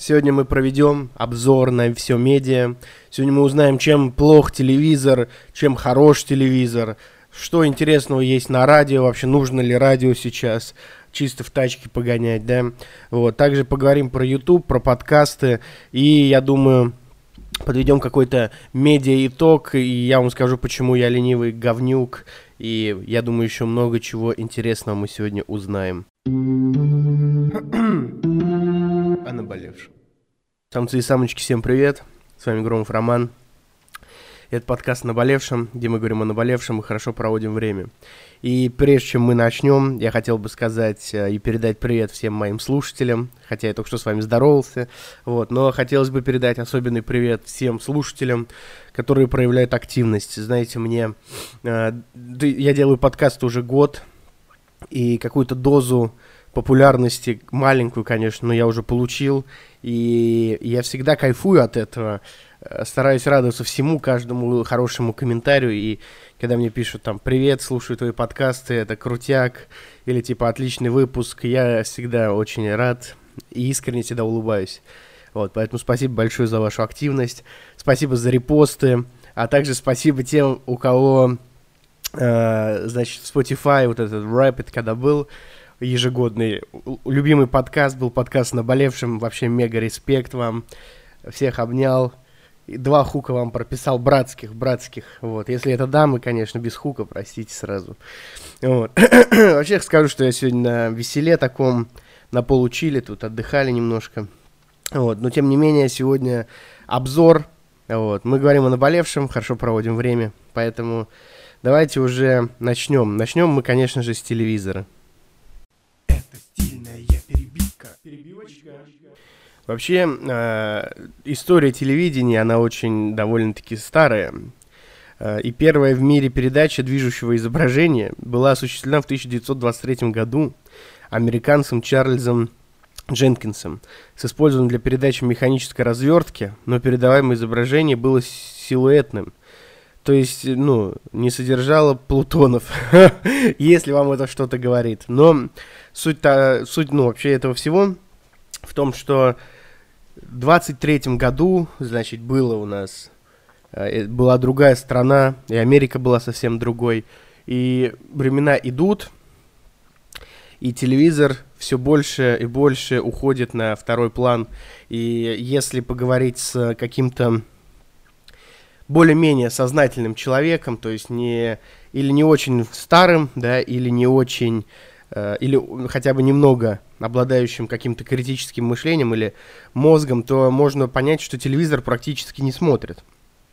Сегодня мы проведем обзор на все медиа. Сегодня мы узнаем, чем плох телевизор, чем хорош телевизор, что интересного есть на радио, вообще нужно ли радио сейчас, чисто в тачке погонять, да. Вот. Также поговорим про YouTube, про подкасты, и я думаю, подведем какой-то медиа-итог, и я вам скажу, почему я ленивый говнюк, и я думаю, еще много чего интересного мы сегодня узнаем. О наболевшем. Самцы и самочки, всем привет, с вами Громов Роман. Это подкаст о наболевшем, где мы говорим о наболевшем и хорошо проводим время. И прежде чем мы начнем, я хотел бы сказать и передать привет всем моим слушателям, хотя я только что с вами здоровался, но хотелось бы передать особенный привет всем слушателям, которые проявляют активность. Знаете, я делаю подкаст уже год, и какую-то дозу популярности, маленькую, конечно, но я уже получил, и я всегда кайфую от этого, стараюсь радоваться всему, каждому хорошему комментарию, и когда мне пишут там «Привет, слушаю твои подкасты, это крутяк», или типа «Отличный выпуск», я всегда очень рад и искренне всегда улыбаюсь. Поэтому спасибо большое за вашу активность, спасибо за репосты, а также спасибо тем, у кого, в Spotify вот этот Rapid, когда был, ежегодный, любимый подкаст был подкаст «Наболевшим», вообще мега респект вам, всех обнял, и 2 хука вам прописал, братских, если это дамы, конечно, без хука, простите сразу, Вообще скажу, что я сегодня на веселе таком, на получиле, тут отдыхали немножко, но тем не менее, сегодня обзор, мы говорим о наболевшем, хорошо проводим время, поэтому давайте уже начнем. Начнем мы, конечно же, с телевизора. Вообще, история телевидения, она очень довольно-таки старая. И первая в мире передача движущего изображения была осуществлена в 1923 году американцем Чарльзом Дженкинсом с использованием для передачи механической развертки, но передаваемое изображение было силуэтным. То есть, не содержало плутонов, если вам это что-то говорит. Но суть вообще этого всего в том, что в 23-м году, была другая страна, и Америка была совсем другой, и времена идут, и телевизор все больше и больше уходит на второй план, и если поговорить с каким-то более-менее сознательным человеком, то есть не очень старым, да, или не очень, или хотя бы немного обладающим каким-то критическим мышлением или мозгом, то можно понять, что телевизор практически не смотрит.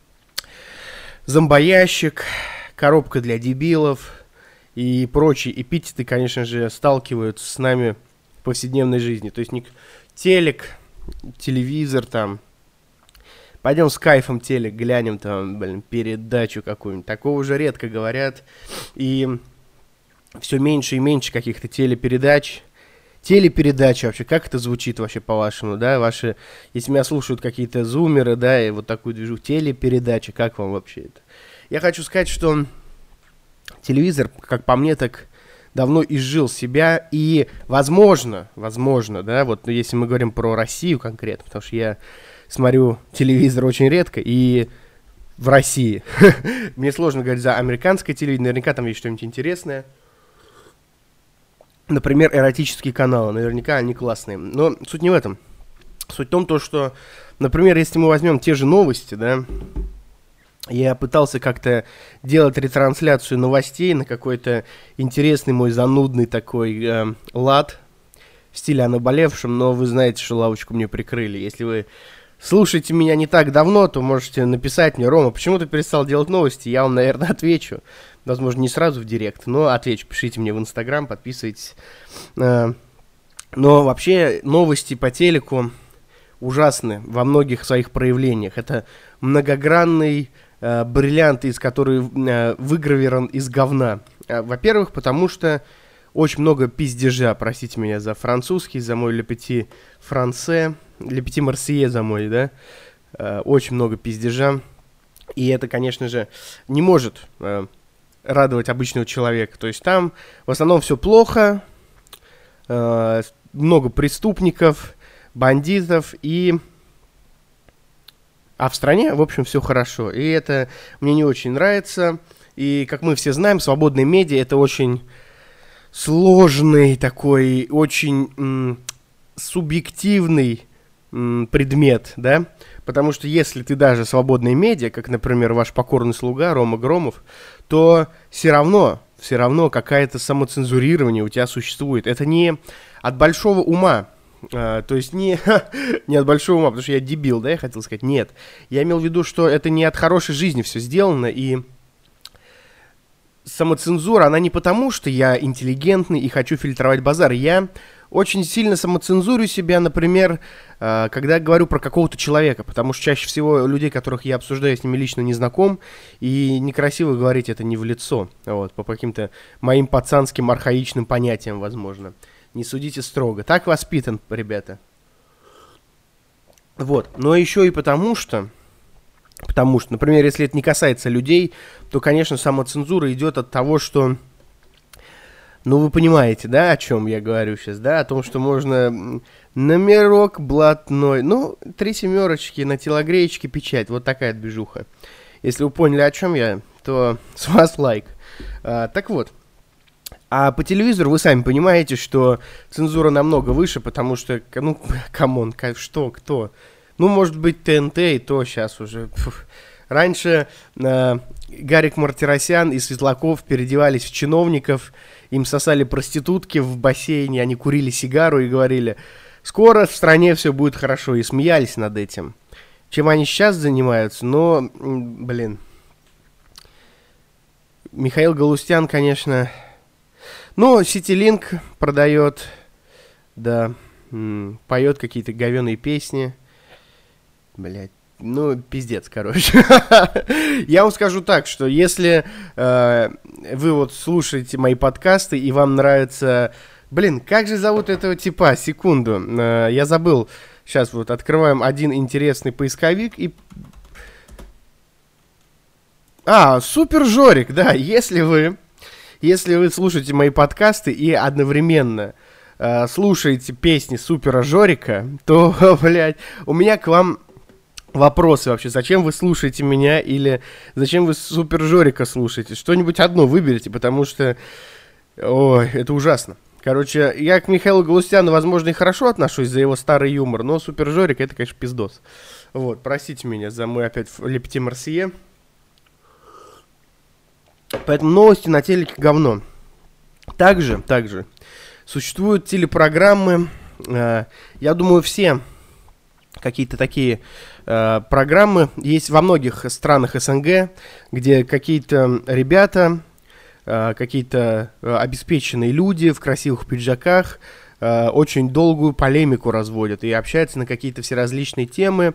Зомбоящик, коробка для дебилов и прочие эпитеты, конечно же, сталкиваются с нами в повседневной жизни. То есть телек, телевизор там, пойдем с кайфом телек глянем, там, передачу какую-нибудь. Такого уже редко говорят. И все меньше и меньше каких-то телепередач. Телепередача вообще, как это звучит вообще по-вашему, да? Если меня слушают какие-то зумеры, да, и вот такую движу, телепередача, как вам вообще это? Я хочу сказать, что телевизор, как по мне, так давно изжил себя, и возможно, да, если мы говорим про Россию конкретно, потому что я смотрю телевизор очень редко, и в России. Мне сложно говорить за американское телевидение, наверняка там есть что-нибудь интересное. Например, эротические каналы, наверняка они классные. Но суть не в этом. Суть в том, что, например, если мы возьмем те же новости, да, я пытался как-то делать ретрансляцию новостей на какой-то интересный мой занудный такой лад в стиле о наболевшем, но вы знаете, что лавочку мне прикрыли. Если вы слушаете меня не так давно, то можете написать мне: Рома, почему ты перестал делать новости? Я вам, наверное, отвечу. Возможно, не сразу в директ, но отвечу. Пишите мне в Инстаграм, подписывайтесь. Но вообще новости по телеку ужасны во многих своих проявлениях. Это многогранный бриллиант, из который выгравирован из говна. Во-первых, потому что очень много пиздежа, простите меня за французский, за мой «Le Petit Français», «Le Petit Marseillais» за мой, да. Очень много пиздежа. И это, конечно же, не может радовать обычного человека. То есть там в основном все плохо, много преступников, бандитов А в стране, в общем, все хорошо. И это мне не очень нравится. И, как мы все знаем, свободные медиа — это очень сложный такой, очень субъективный предмет, да? Потому что если ты даже свободные медиа, как, например, ваш покорный слуга Рома Громов, то все равно какое-то самоцензурирование у тебя существует. Это не от большого ума. То есть не от большого ума, потому что я дебил, да, я хотел сказать. Нет. Я имел в виду, что это не от хорошей жизни все сделано, и самоцензура, она не потому, что я интеллигентный и хочу фильтровать базар. Я очень сильно самоцензурю себя, например, когда говорю про какого-то человека, потому что чаще всего людей, которых я обсуждаю, я с ними лично не знаком, и некрасиво говорить это не в лицо, вот, по каким-то моим пацанским архаичным понятиям, возможно. Не судите строго. Так воспитан, ребята. Вот. Но еще и потому что, например, если это не касается людей, то, конечно, самоцензура идет от того, что... Ну, вы понимаете, да, о чем я говорю сейчас, да? О том, что можно номерок блатной, 3 семерочки на телогреечке печать. Вот такая движуха. Если вы поняли, о чем я, то с вас лайк. Так вот. А по телевизору вы сами понимаете, что цензура намного выше, потому что, камон, кто? Может быть, ТНТ, и то сейчас уже. Раньше Гарик Мартиросян и Светлаков переодевались в чиновников, им сосали проститутки в бассейне, они курили сигару и говорили: скоро в стране все будет хорошо, и смеялись над этим. Чем они сейчас занимаются, Михаил Галустян, конечно... Ситилинк продает, да, поет какие-то говёные песни. Пиздец, короче. Я вам скажу так, что если вы вот слушаете мои подкасты и вам нравится... как же зовут этого типа? Секунду, я забыл. Сейчас вот открываем один интересный поисковик и... Супер Жорик, да, если вы слушаете мои подкасты и одновременно слушаете песни Супера Жорика, то, у меня к вам вопросы вообще. Зачем вы слушаете меня или зачем вы Супер Жорика слушаете? Что-нибудь одно выберите, потому что... это ужасно. Короче, я к Михаилу Галустяну, возможно, и хорошо отношусь за его старый юмор, но Супер Жорик — это, конечно, пиздос. Вот, простите меня за мой опять лепти Марсье. Поэтому новости на телеке говно. Также существуют телепрограммы, я думаю, все какие-то такие программы есть во многих странах СНГ, где какие-то ребята, какие-то обеспеченные люди в красивых пиджаках очень долгую полемику разводят и общаются на какие-то всеразличные темы.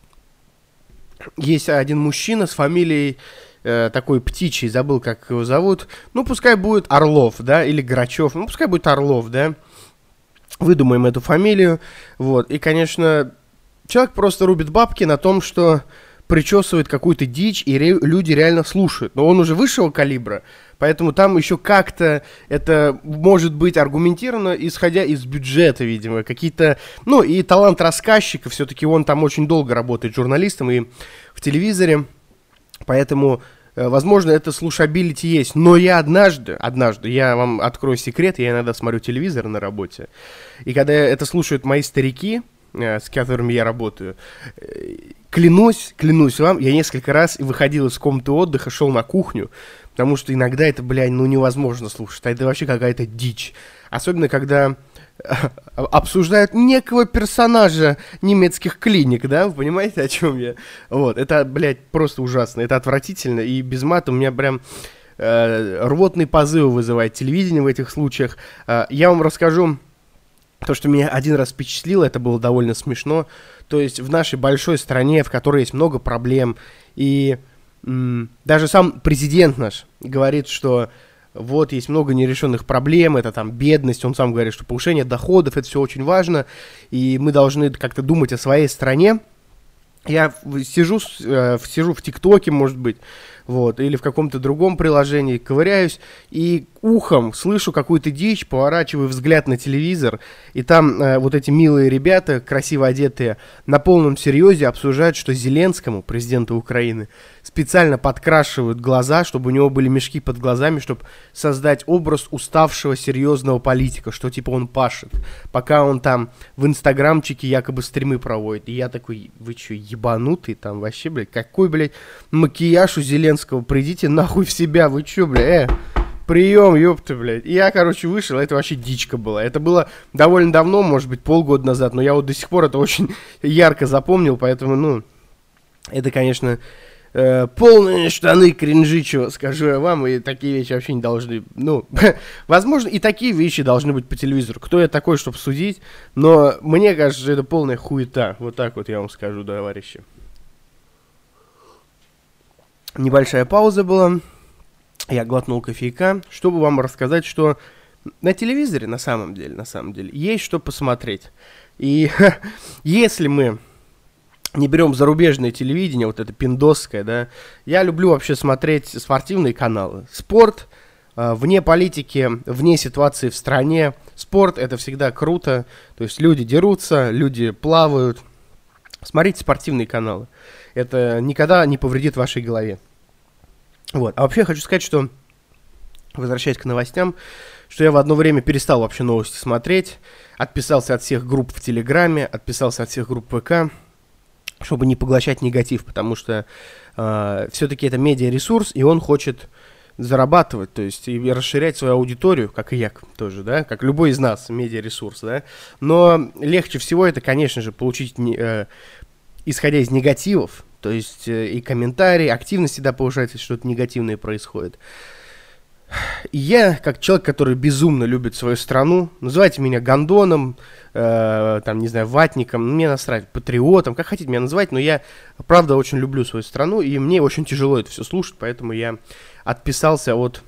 Есть один мужчина с фамилией... такой птичий, забыл, как его зовут. Пускай будет Орлов, да, или Грачев. Пускай будет Орлов, да. Выдумаем эту фамилию. Вот. И, конечно, человек просто рубит бабки на том, что причесывает какую-то дичь, и люди реально слушают. Но он уже высшего калибра, поэтому там еще как-то это может быть аргументировано, исходя из бюджета, видимо. Какие-то... и талант рассказчика, все-таки он там очень долго работает журналистом и в телевизоре. Поэтому, возможно, это слушабилити есть. Но я однажды, я вам открою секрет, я иногда смотрю телевизор на работе. И когда это слушают мои старики, с которыми я работаю, клянусь вам, я несколько раз выходил из комнаты отдыха, шел на кухню, потому что иногда это, невозможно слушать. Это вообще какая-то дичь. Особенно, когда... обсуждают некого персонажа немецких клиник, да, вы понимаете, о чем я? Вот, это, просто ужасно, это отвратительно, и без мата у меня прям рвотные позывы вызывает телевидение в этих случаях. Я вам расскажу то, что меня один раз впечатлило, это было довольно смешно. То есть в нашей большой стране, в которой есть много проблем, и даже сам президент наш говорит, что вот, есть много нерешенных проблем, это там бедность, он сам говорит, что повышение доходов, это все очень важно, и мы должны как-то думать о своей стране. Я сижу в ТикТоке, может быть, вот, или в каком-то другом приложении ковыряюсь, и ухом слышу какую-то дичь, поворачиваю взгляд на телевизор, и там вот эти милые ребята, красиво одетые, на полном серьезе обсуждают, что Зеленскому, президенту Украины, специально подкрашивают глаза, чтобы у него были мешки под глазами, чтобы создать образ уставшего серьезного политика, что типа он пашет, пока он там в инстаграмчике якобы стримы проводит. И я такой, вы что, ебанутый там вообще, блядь, какой, блядь, макияж у Зеленского, придите нахуй в себя, вы что, блядь, прием, ёпта, блядь. И я, короче, вышел, это вообще дичка была. Это было довольно давно, может быть, полгода назад, но я вот до сих пор это очень ярко запомнил, поэтому, ну, это, конечно, полные штаны кринжичего, скажу я вам, и такие вещи вообще не должны, ну, возможно, и такие вещи должны быть по телевизору. Кто я такой, чтобы судить, но мне кажется, что это полная хуета, вот так вот я вам скажу, товарищи. Небольшая пауза была, я глотнул кофейка, чтобы вам рассказать, что на телевизоре на самом деле, есть что посмотреть. И если мы не берем зарубежное телевидение, вот это пиндосское, да, я люблю вообще смотреть спортивные каналы. Спорт, вне политики, вне ситуации в стране. Спорт — это всегда круто, то есть люди дерутся, люди плавают. Смотрите спортивные каналы. Это никогда не повредит вашей голове. Вот. А вообще хочу сказать, что, возвращаясь к новостям, что я в одно время перестал вообще новости смотреть, отписался от всех групп в Телеграме, отписался от всех групп ВК, чтобы не поглощать негатив, потому что все-таки это медиаресурс, и он хочет зарабатывать, то есть и расширять свою аудиторию, как и я тоже, да, как любой из нас, медиаресурс, да, но легче всего это, конечно же, получить, исходя из негативов, то есть и комментарии, активность всегда повышается, если что-то негативное происходит. И я, как человек, который безумно любит свою страну, называйте меня гондоном, там, не знаю, ватником, мне насрать, патриотом, как хотите меня называть, но я, правда, очень люблю свою страну, и мне очень тяжело это все слушать, поэтому я отписался от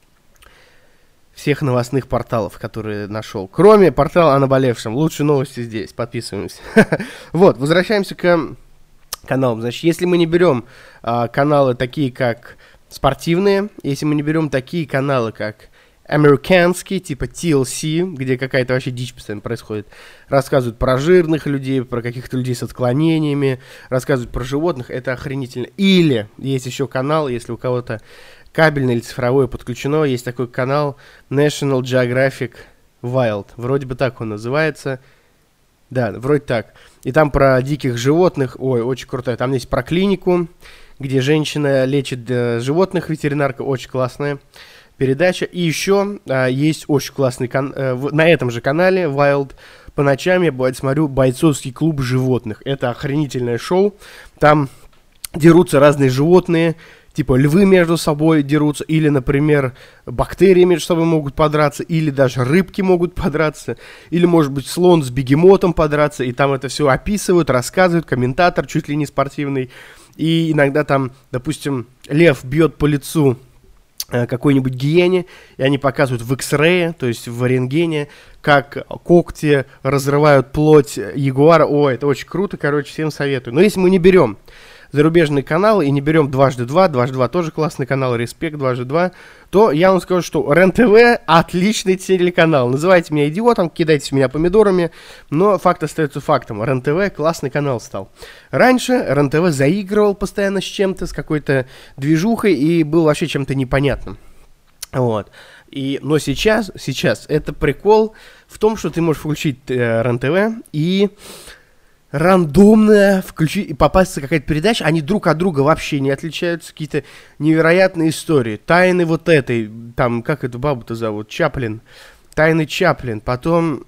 всех новостных порталов, которые нашел. Кроме портала о наболевшем. Лучшие новости здесь. Подписываемся. Вот, возвращаемся к каналам. Значит, если мы не берем каналы такие, как спортивные, если мы не берем такие каналы, как американские, типа TLC, где какая-то вообще дичь постоянно происходит, рассказывают про жирных людей, про каких-то людей с отклонениями, рассказывают про животных, это охренительно. Или есть еще канал, если у кого-то кабельное или цифровое подключено, есть такой канал National Geographic Wild, вроде бы так он называется, да, вроде так. И там про диких животных, ой, очень круто, там есть про клинику, где женщина лечит животных, ветеринарка, очень классная передача. И еще есть очень классный на этом же канале Wild. По ночам я, бывает, смотрю «Бойцовский клуб животных». Это охренительное шоу. Там дерутся разные животные, типа львы между собой дерутся, или, например, бактерии между собой могут подраться, или даже рыбки могут подраться, или, может быть, слон с бегемотом подраться, и там это все описывают, рассказывают, комментатор чуть ли не спортивный. И иногда там, допустим, лев бьет по лицу какой-нибудь гиене, и они показывают в X-ray, то есть в рентгене, как когти разрывают плоть ягуара. Ой, это очень круто, короче, всем советую. Но если мы не берем зарубежные каналы и не берем дважды два тоже классный канал, респект дважды два, то я вам скажу, что РЕН-ТВ отличный телеканал. Называйте меня идиотом, кидайте в меня помидорами, но факт остается фактом. РЕН-ТВ классный канал стал. Раньше РЕН-ТВ заигрывал постоянно с чем-то, с какой-то движухой и был вообще чем-то непонятным. Вот. Но сейчас это прикол в том, что ты можешь включить РЕН-ТВ и рандомно включить и попасться какая-то передача, они друг от друга вообще не отличаются, какие-то невероятные истории, тайны вот этой, там, как эту бабу-то зовут, Чаплин, тайны Чаплин, потом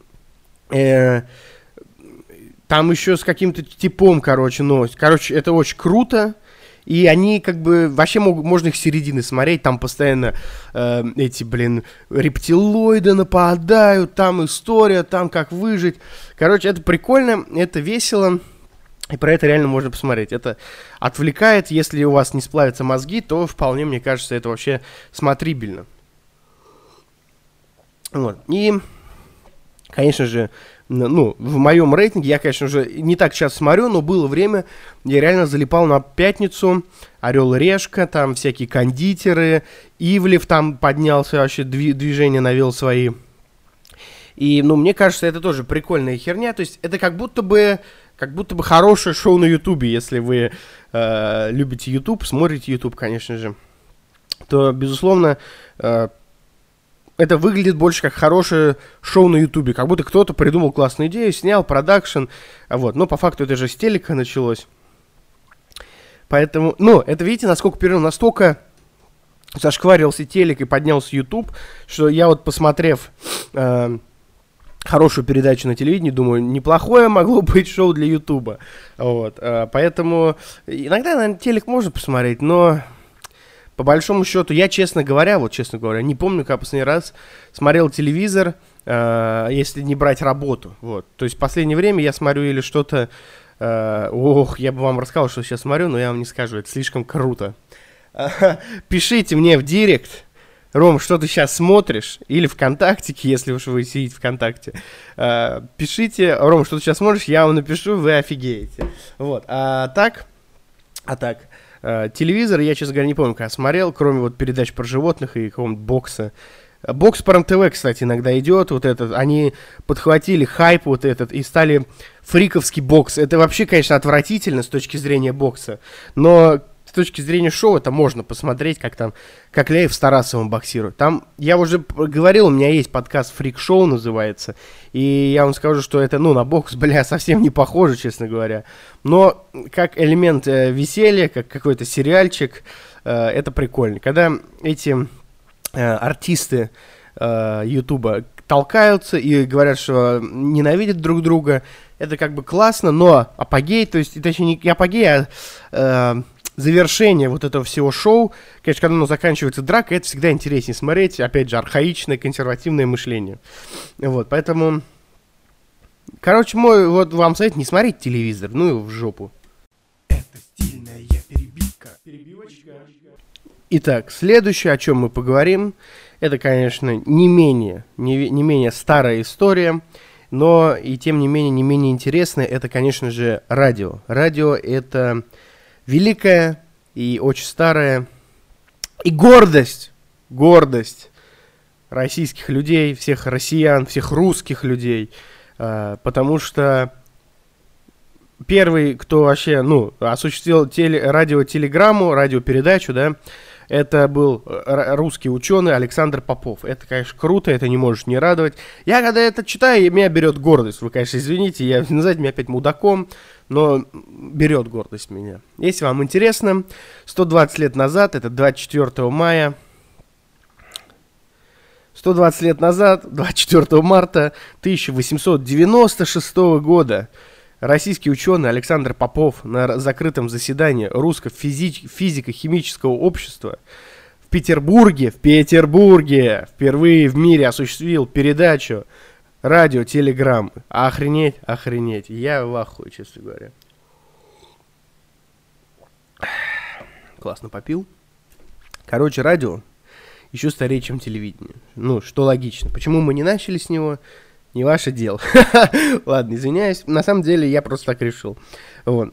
там еще с каким-то типом, короче, новость, это очень круто. И они как бы, вообще можно их с середины смотреть, там постоянно эти, рептилоиды нападают, там история, там как выжить. Короче, это прикольно, это весело, и про это реально можно посмотреть. Это отвлекает, если у вас не сплавятся мозги, то вполне, мне кажется, это вообще смотрибельно. Вот. И, конечно же, ну, в моем рейтинге, я, конечно же, не так часто смотрю, но было время, я реально залипал на «Пятницу», «Орел и Решка», там всякие кондитеры, Ивлев там поднялся, вообще движение навел свои. И, ну, мне кажется, это тоже прикольная херня, то есть это как будто бы хорошее шоу на Ютубе, если вы любите Ютуб, смотрите Ютуб, конечно же, то, безусловно, это выглядит больше как хорошее шоу на Ютубе, как будто кто-то придумал классную идею, снял продакшн, вот, но по факту это же с телека началось. Поэтому, ну, это, видите, насколько перерыв, настолько зашкварился телек и поднялся Ютуб, что я вот, посмотрев хорошую передачу на телевидении, думаю, неплохое могло быть шоу для Ютуба, вот, поэтому иногда, наверное, телек можно посмотреть, но... По большому счету, я, честно говоря, не помню, как последний раз смотрел телевизор, если не брать работу. Вот. То есть в последнее время я смотрю или что-то... я бы вам рассказал, что сейчас смотрю, но я вам не скажу, это слишком круто. Пишите мне в директ, Ром, что ты сейчас смотришь, или ВКонтактике, если уж вы сидите ВКонтакте. Пишите, Ром, что ты сейчас смотришь, я вам напишу, вы офигеете. Вот. А так... телевизор, я, честно говоря, не помню, когда смотрел, кроме вот передач про животных и какого-нибудь бокса. Бокс по РЕН-ТВ, кстати, иногда идет, вот этот, они подхватили хайп вот этот и стали фриковский бокс. Это вообще, конечно, отвратительно с точки зрения бокса, но с точки зрения шоу это можно посмотреть, как Ляев с Тарасовым боксирует. Там, я уже говорил, у меня есть подкаст «Фрик-шоу» называется, и я вам скажу, что это, ну, на бокс, совсем не похоже, честно говоря. Но как элемент веселья, как какой-то сериальчик, это прикольно. Когда эти артисты Ютуба толкаются и говорят, что ненавидят друг друга, это как бы классно, но апогей, то есть, точнее, не апогей, завершение вот этого всего шоу, конечно, когда оно заканчивается дракой, это всегда интереснее смотреть, опять же, архаичное, консервативное мышление. Вот, поэтому, короче, мой вот вам совет, не смотреть телевизор, ну и в жопу. Это стильная перебивочка. Итак, следующее, о чем мы поговорим, это, конечно, не менее старая история, но и тем не менее интересная, это, конечно же, радио. Радио — это великая и очень старая, и гордость российских людей, всех россиян, всех русских людей, потому что первый, кто вообще, ну, осуществил радиотелеграмму, радиопередачу, да, это был русский ученый Александр Попов. Это, конечно, круто, это не может не радовать. Я, когда это читаю, меня берет гордость. Вы, конечно, извините, называйте меня опять мудаком, но берет гордость меня. Если вам интересно, 120 лет назад, это 24 мая, 120 лет назад, 24 марта 1896 года, российский ученый Александр Попов на закрытом заседании Русского физико-химического общества в Петербурге впервые в мире осуществил передачу радиотелеграммы. Охренеть. Я в ахуе, честно говоря. Классно попил. Короче, радио еще старее, чем телевидение. Ну, что логично. Почему мы не начали с него? Не ваше дело. Ладно, извиняюсь. На самом деле, я просто так решил. Вот.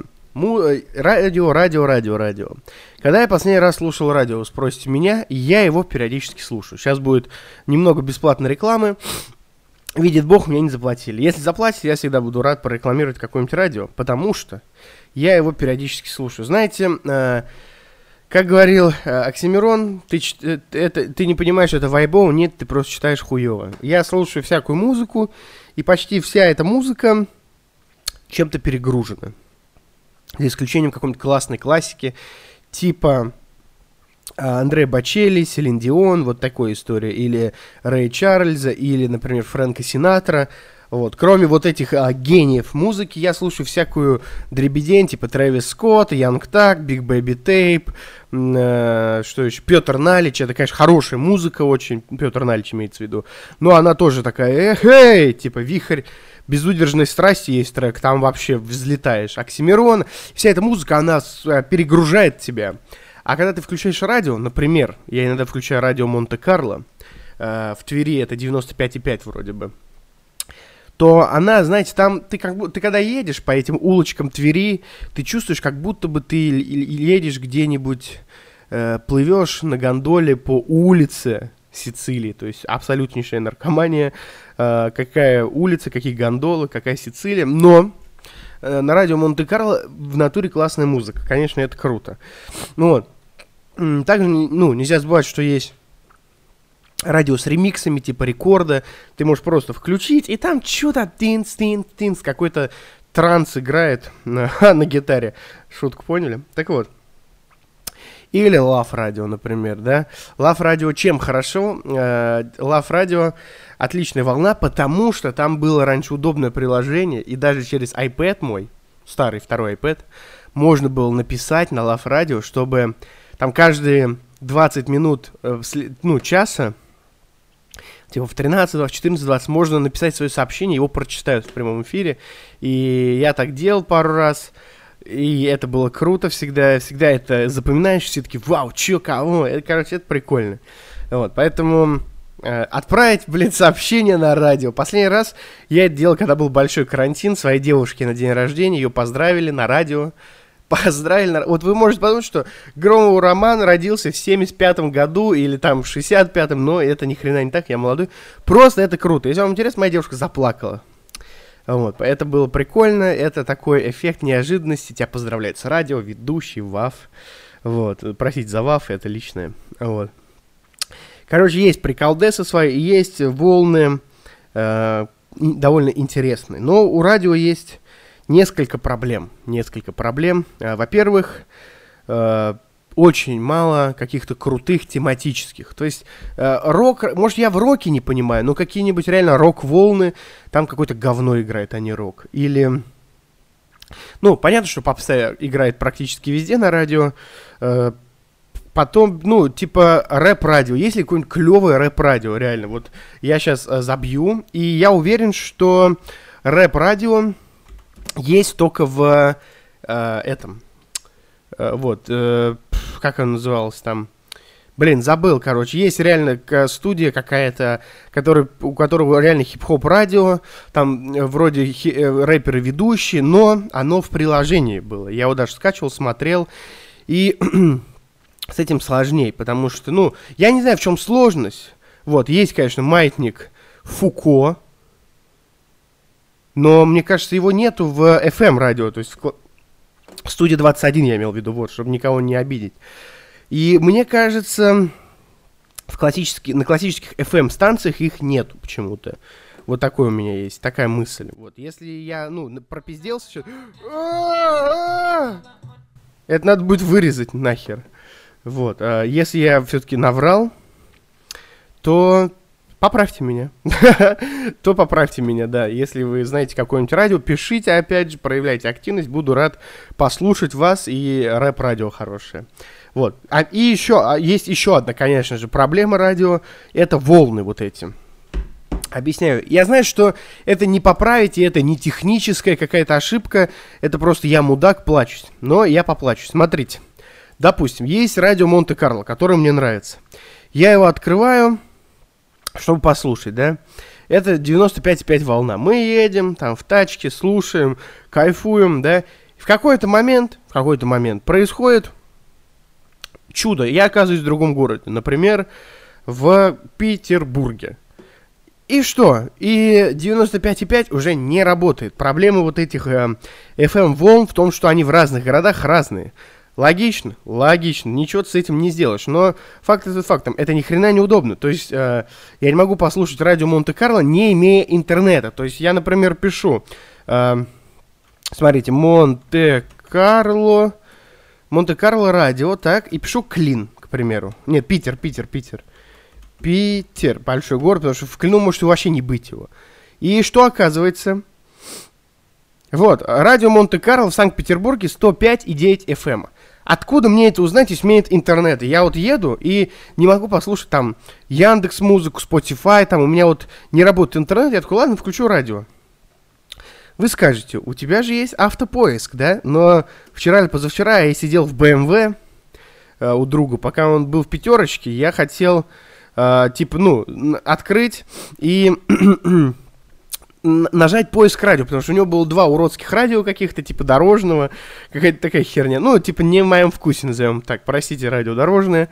Радио. Когда я последний раз слушал радио, вы спросите меня, я его периодически слушаю. Сейчас будет немного бесплатной рекламы. Видит Бог, мне не заплатили. Если заплатят, я всегда буду рад прорекламировать какое-нибудь радио, потому что я его периодически слушаю. Знаете, как говорил Оксимирон, ты не понимаешь, это вайбово, нет, ты просто читаешь хуёво. Я слушаю всякую музыку, и почти вся эта музыка чем-то перегружена. За исключением какой-нибудь классной классики, типа Андреа Бочелли, Селин Дион, вот такой история, или Рэя Чарльза, или, например, Фрэнка Синатра. Вот. Кроме вот этих гениев музыки, я слушаю всякую дребедень, типа Трэвис Скотт, Янг Так, Биг Бэби Тейп, что еще, Петр Налич, это, конечно, хорошая музыка очень, Петр Налич имеется в виду, но она тоже такая, типа Вихрь безудержной страсти есть трек, там вообще взлетаешь. Оксимирон, вся эта музыка, она перегружает тебя. А когда ты включаешь радио, например, я иногда включаю радио Монте-Карло, в Твери это 95,5 вроде бы, то она, знаете, там ты когда едешь по этим улочкам Твери, ты чувствуешь, как будто бы ты едешь где-нибудь, плывешь на гондоле по улице Сицилии, то есть абсолютнейшая наркомания, какая улица, какие гондолы, какая Сицилия, но на радио Монте-Карло в натуре классная музыка, конечно, это круто. Ну вот, также, нельзя забывать, что есть радио с ремиксами, типа рекорда, ты можешь просто включить, и там что-то тинс, какой-то транс играет на гитаре, шутку поняли? Так вот. Или Love Radio, например, да. Love Radio чем хорошо? Love Radio отличная волна, потому что там было раньше удобное приложение, и даже через iPad мой, старый второй iPad, можно было написать на Love Radio, чтобы там каждые 20 минут, часа, типа в 13, 20, 14, 20 можно написать свое сообщение, его прочитают в прямом эфире, и я так делал пару раз. И это было круто всегда это запоминаешь, все таки вау, чё, кого, это прикольно. Вот, поэтому отправить, сообщение на радио. Последний раз я это делал, когда был большой карантин, своей девушке на день рождения, ее поздравили на радио. Вот вы можете подумать, что Громов Роман родился в 75-м году или там в 65-м, но это ни хрена не так, я молодой. Просто это круто. Если вам интересно, моя девушка заплакала. Вот, это было прикольно, это такой эффект неожиданности, тебя поздравляет с радио, ведущий, ВАФ, вот, просить за ВАФ, это личное, вот. Короче, есть приколдесы свои, есть волны довольно интересные, но у радио есть несколько проблем, во-первых, очень мало каких-то крутых тематических. То есть рок, может, я в роке не понимаю, но какие-нибудь реально рок-волны, там какое-то говно играет, а не рок. Или, понятно, что попса играет практически везде на радио. Потом, типа рэп-радио. Есть ли какое-нибудь клевое рэп-радио, реально? Вот я сейчас забью, и я уверен, что рэп-радио есть только в этом... как она называлась там? Забыл, короче. Есть реально студия какая-то, у которого реально хип-хоп радио, там вроде рэперы-ведущие, но оно в приложении было. Я его даже скачивал, смотрел, и с этим сложнее, потому что, я не знаю, в чем сложность. Вот, есть, конечно, маятник Фуко, но, мне кажется, его нету в FM-радио, то есть... Студия 21 я имел в виду, вот, чтобы никого не обидеть. И мне кажется, на классических FM-станциях их нету почему-то. Вот такой у меня есть, такая мысль. Вот, если я, пропизделся сейчас... Это надо будет вырезать нахер. Вот, если я все-таки наврал, то... Поправьте меня. Да. Если вы знаете какое-нибудь радио, пишите, опять же, проявляйте активность. Буду рад послушать вас и рэп-радио хорошее. Вот. Есть еще одна, конечно же, проблема радио. Это волны вот эти. Объясняю. Я знаю, что это не поправить, и это не техническая какая-то ошибка. Это просто я мудак, плачусь. Но я поплачусь. Смотрите. Допустим, есть радио Монте-Карло, которое мне нравится. Я его открываю... чтобы послушать, да, это 95,5 волна. Мы едем, там, в тачке, слушаем, кайфуем, да, и в какой-то момент происходит чудо. Я оказываюсь в другом городе, например, в Петербурге. И что? И 95,5 уже не работает. Проблема вот этих FM-волн в том, что они в разных городах разные. Логично, ничего ты с этим не сделаешь, но факт это фактом, это ни хрена неудобно, то есть я не могу послушать радио Монте-Карло, не имея интернета, то есть я, например, пишу, смотрите, Монте-Карло радио, так, и пишу Клин, к примеру, нет, Питер, большой город, потому что в Клину может вообще не быть его, и что оказывается... Вот, радио Монте-Карло в Санкт-Петербурге 105,9 FM. Откуда мне это узнать, если у меня нет интернета? Я вот еду и не могу послушать там Яндекс.Музыку, Spotify, там у меня вот не работает интернет, я такой, ладно, включу радио. Вы скажете, у тебя же есть автопоиск, да? Но вчера или позавчера я сидел в BMW у друга, пока он был в пятерочке, я хотел, открыть и... нажать поиск радио, потому что у него было 2 уродских радио каких-то, типа дорожного, какая-то такая херня. Ну, типа не в моем вкусе, назовем так, простите, радио дорожное.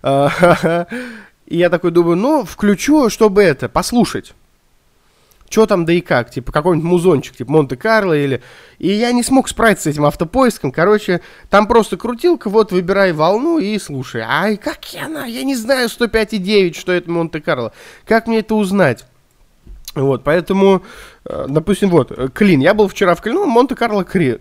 И я такой думаю, ну, включу, чтобы послушать. Что там, да и как, типа какой-нибудь музончик, типа Монте-Карло или... И я не смог справиться с этим автопоиском, короче, там просто крутилка, вот, выбирай волну и слушай. Ай, как я не знаю 105,9, что это Монте-Карло, как мне это узнать? Вот, поэтому, допустим, вот, Клин, я был вчера в Клину, Монте-Карло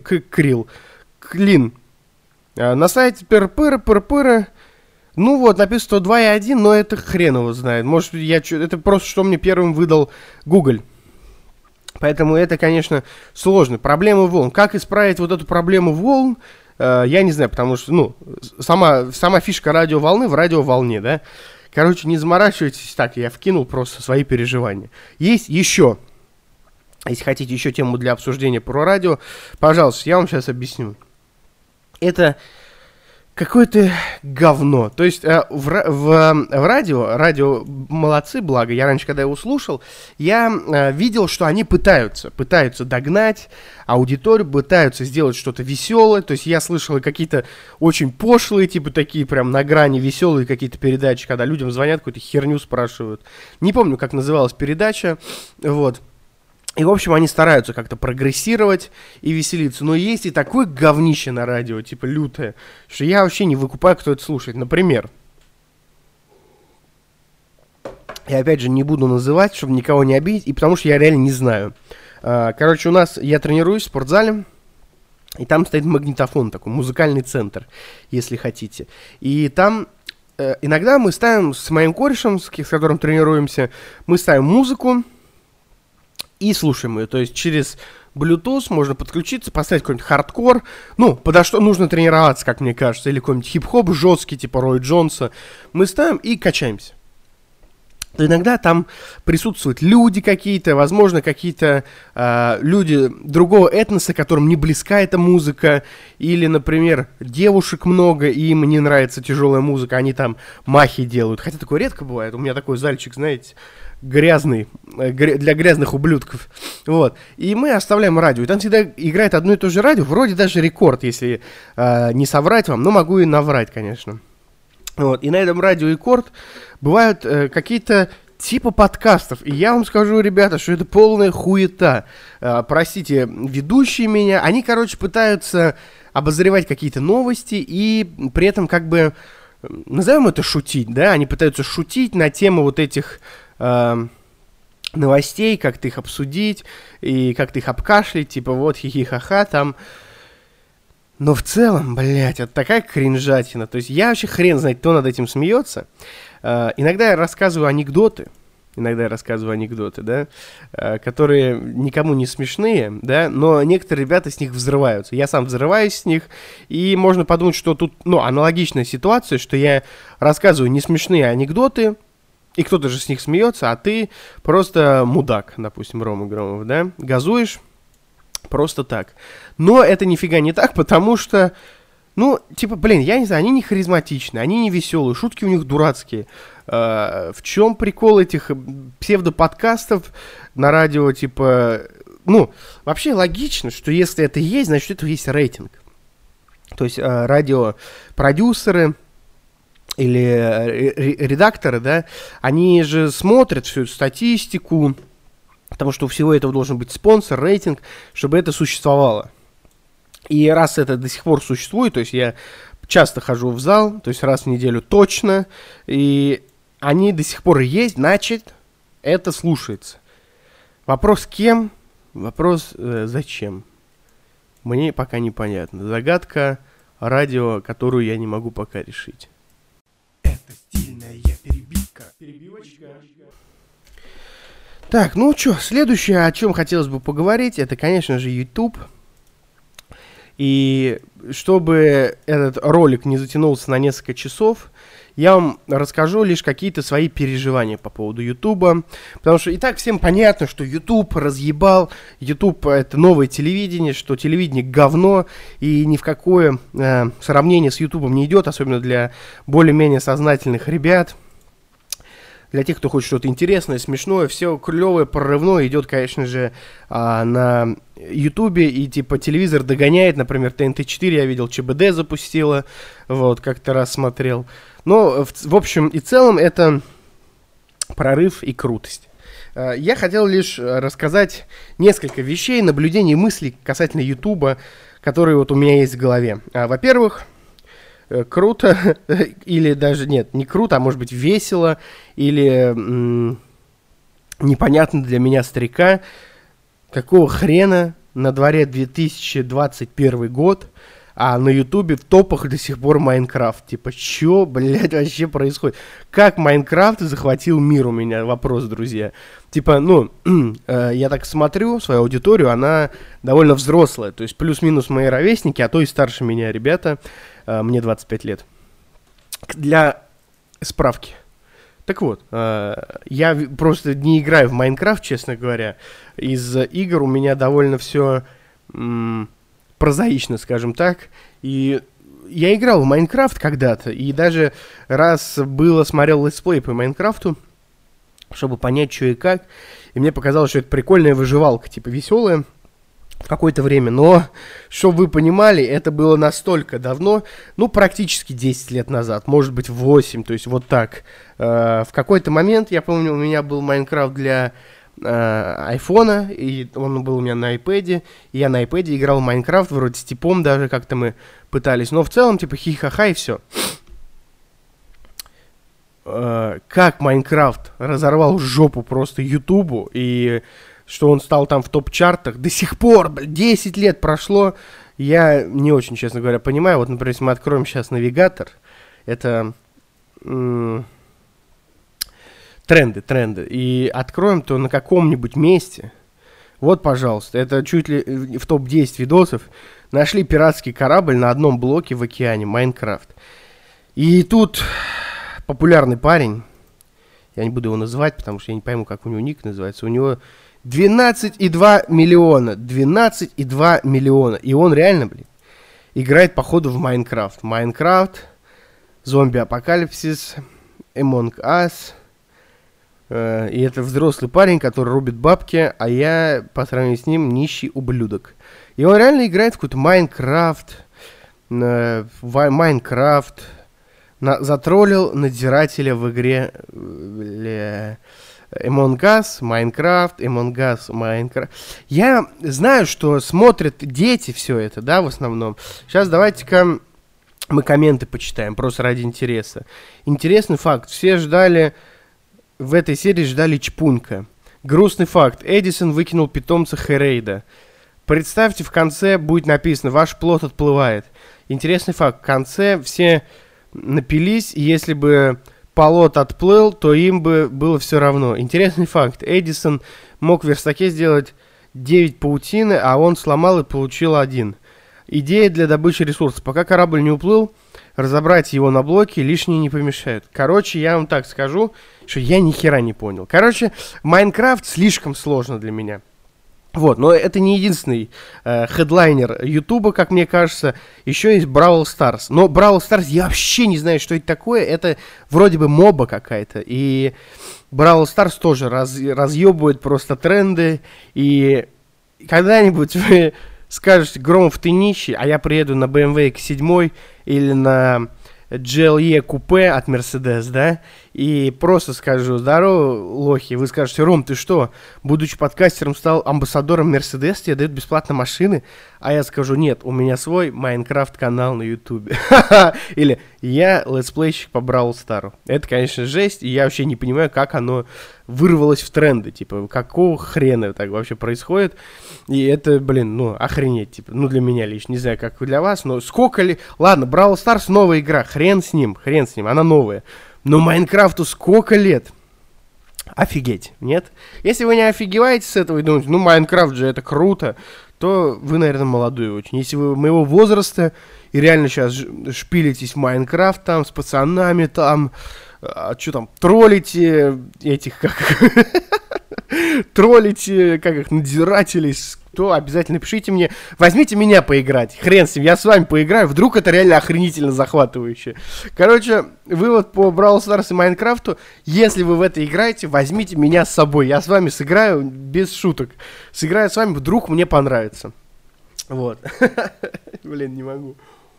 Клин, на сайте пыр-пыр-пыр-пыр. Ну вот, написано 102,1, но это хрен его знает. Может, это просто что мне первым выдал Google. Поэтому это, конечно, сложно. Проблема волн. Как исправить вот эту проблему волн, я не знаю, потому что, ну, сама фишка радиоволны в радиоволне, да. Короче, не заморачивайтесь так, я вкинул просто свои переживания. Есть еще, если хотите еще тему для обсуждения про радио, пожалуйста, я вам сейчас объясню. Это... какое-то говно. То есть в радио молодцы, благо. Я раньше, когда его слушал, я видел, что они пытаются догнать аудиторию, пытаются сделать что-то веселое. То есть я слышал какие-то очень пошлые, типа такие прям на грани веселые какие-то передачи, когда людям звонят, какую-то херню спрашивают. Не помню, как называлась передача, вот. И, в общем, они стараются как-то прогрессировать и веселиться. Но есть и такое говнище на радио, типа лютое, что я вообще не выкупаю, кто это слушает. Например, я опять же не буду называть, чтобы никого не обидеть, и потому что я реально не знаю. Короче, я тренируюсь в спортзале, и там стоит магнитофон такой, музыкальный центр, если хотите. И там иногда мы ставим с моим корешем, с которым тренируемся, мы ставим музыку, и слушаем ее, то есть через Bluetooth можно подключиться, поставить какой-нибудь хардкор, ну, подо что нужно тренироваться, как мне кажется, или какой-нибудь хип-хоп жесткий, типа Рой Джонса, мы ставим и качаемся. То иногда там присутствуют люди какие-то, возможно, какие-то люди другого этноса, которым не близка эта музыка, или, например, девушек много, и им не нравится тяжелая музыка, они там махи делают, хотя такое редко бывает, у меня такой зальчик, знаете, грязный, для грязных ублюдков, вот, и мы оставляем радио, и там всегда играет одно и то же радио, вроде даже рекорд, если не соврать вам, но могу и наврать, конечно, вот, и на этом радио рекорд бывают какие-то типа подкастов, и я вам скажу, ребята, что это полная хуета, простите, ведущие меня, они, короче, пытаются обозревать какие-то новости, и при этом как бы, назовем это шутить, да, они пытаются шутить на тему вот этих новостей, как-то их обсудить и как-то их обкашлять, типа вот хихи-ха-ха там. Но в целом, блядь, это такая кринжатина. То есть я вообще хрен знает, кто над этим смеется. Иногда я рассказываю анекдоты, да, которые никому не смешные, да, но некоторые ребята с них взрываются. Я сам взрываюсь с них, и можно подумать, что тут, ну, аналогичная ситуация, что я рассказываю не смешные анекдоты, и кто-то же с них смеется, а ты просто мудак, допустим, Рома Громов, да, газуешь просто так. Но это нифига не так, потому что, ну, типа, блин, я не знаю, они не харизматичны, они не веселые, шутки у них дурацкие. В чем прикол этих псевдоподкастов на радио, типа, ну, вообще логично, что если это есть, значит, это есть рейтинг. То есть радиопродюсеры или редакторы, да, они же смотрят всю эту статистику, потому что у всего этого должен быть спонсор, рейтинг, чтобы это существовало. И раз это до сих пор существует, то есть я часто хожу в зал, то есть раз в неделю точно, и они до сих пор есть, значит, это слушается. Вопрос кем, вопрос зачем, мне пока непонятно. Загадка радио, которую я не могу пока решить. Стильная перебивочка. Так, ну что, следующее, о чем хотелось бы поговорить, это, конечно же, YouTube. И чтобы этот ролик не затянулся на несколько часов, я вам расскажу лишь какие-то свои переживания по поводу YouTube. Потому что и так всем понятно, что YouTube разъебал, YouTube это новое телевидение, что телевидение говно, и ни в какое сравнение с YouTube не идет, особенно для более-менее сознательных ребят. Для тех, кто хочет что-то интересное, смешное, все клевое, прорывное идет, конечно же, на Ютубе, и типа телевизор догоняет, например, ТНТ-4, я видел, ЧБД запустила, вот, как-то раз смотрел. Но, в общем и целом, это прорыв и крутость. Я хотел лишь рассказать несколько вещей, наблюдений и мыслей касательно Ютуба, которые вот у меня есть в голове. Во-первых, круто, или даже нет, не круто, а может быть весело, или непонятно для меня, старика, какого хрена на дворе 2021 год, а на Ютубе в топах до сих пор Майнкрафт. Типа, чё, блядь, вообще происходит? Как Майнкрафт захватил мир, у меня вопрос, друзья. Типа, я так смотрю, свою аудиторию, она довольно взрослая. То есть плюс-минус мои ровесники, а то и старше меня ребята. Мне 25 лет. Для справки. Так вот, я просто не играю в Майнкрафт, честно говоря. Из игр у меня довольно все прозаично, скажем так. И я играл в Майнкрафт когда-то, и даже раз было смотрел летсплей по Майнкрафту, чтобы понять, что и как. И мне показалось, что это прикольная выживалка, типа веселая в какое-то время. Но, чтобы вы понимали, это было настолько давно, практически 10 лет назад, может быть 8, то есть вот так. В какой-то момент, я помню, у меня был Майнкрафт для айфона, и он был у меня на iPad, и я на iPad играл в Майнкрафт, вроде с типом даже как-то мы пытались, но в целом, типа, хи-ха-ха и все. Как Майнкрафт разорвал жопу просто Ютубу, и что он стал там в топ-чартах, до сих пор, 10 лет прошло, я не очень, честно говоря, понимаю. Вот, например, если мы откроем сейчас навигатор, это тренды, и откроем, то на каком-нибудь месте, вот, пожалуйста, это чуть ли в топ-10 видосов, нашли пиратский корабль на одном блоке в океане, Майнкрафт. И тут популярный парень, я не буду его называть, потому что я не пойму, как у него ник называется, у него 12,2 миллиона, 12,2 миллиона, и он реально, играет, походу, в Майнкрафт. Майнкрафт, зомби-апокалипсис, Among Us. И это взрослый парень, который рубит бабки, а я, по сравнению с ним, нищий ублюдок. И он реально играет в какой-то Майнкрафт, затроллил надзирателя в игре Among Us, Майнкрафт, Among Us, Майнкрафт. Я знаю, что смотрят дети все это, да, в основном. Сейчас давайте-ка мы комменты почитаем, просто ради интереса. Интересный факт. Все в этой серии ждали Чпунька. Грустный факт. Эдисон выкинул питомца Херейда. Представьте, в конце будет написано «Ваш плод отплывает». Интересный факт. В конце все напились, и если бы плод отплыл, то им бы было все равно. Интересный факт. Эдисон мог в верстаке сделать 9 паутины, а он сломал и получил 1. Идея для добычи ресурсов. Пока корабль не уплыл, разобрать его на блоки лишнее не помешает. Короче, я вам так скажу, что я ни хера не понял. Короче, Майнкрафт слишком сложно для меня. Вот, но это не единственный хедлайнер Ютуба, как мне кажется. Еще есть Бравл Старс. Но Бравл Старс, я вообще не знаю, что это такое. Это вроде бы моба какая-то. И Бравл Старс тоже разъебывает просто тренды. И когда-нибудь вы скажете: Громов, ты нищий, а я приеду на BMW X7 или на GLE купе от Mercedes, да, и просто скажу: здорово, лохи. Вы скажете: Ром, ты что, будучи подкастером, стал амбассадором Mercedes, тебе дают бесплатно машины? А я скажу: нет, у меня свой Майнкрафт канал на Ютубе. Или я летсплейщик по Бравл Стару. Это, конечно, жесть, и я вообще не понимаю, как оно вырвалось в тренды, типа, какого хрена так вообще происходит. И это, охренеть, типа, для меня лично, не знаю, как для вас, но сколько ли... Ладно, Бравл Старс новая игра, хрен с ним, она новая. Но Майнкрафту сколько лет? Офигеть, нет? Если вы не офигеваете с этого и думаете: Майнкрафт же это круто, то вы, наверное, молодой очень. Если вы моего возраста и реально сейчас шпилитесь в Майнкрафт там с пацанами там, что там, троллите этих, как... троллите, как их, надзирателей, то обязательно пишите мне. Возьмите меня поиграть. Хрен с ним, я с вами поиграю. Вдруг это реально охренительно захватывающе. Короче, вывод по Brawl Stars и Майнкрафту. Если вы в это играете, возьмите меня с собой. Я с вами сыграю без шуток. Сыграю с вами, вдруг мне понравится. Вот. Блин, не могу.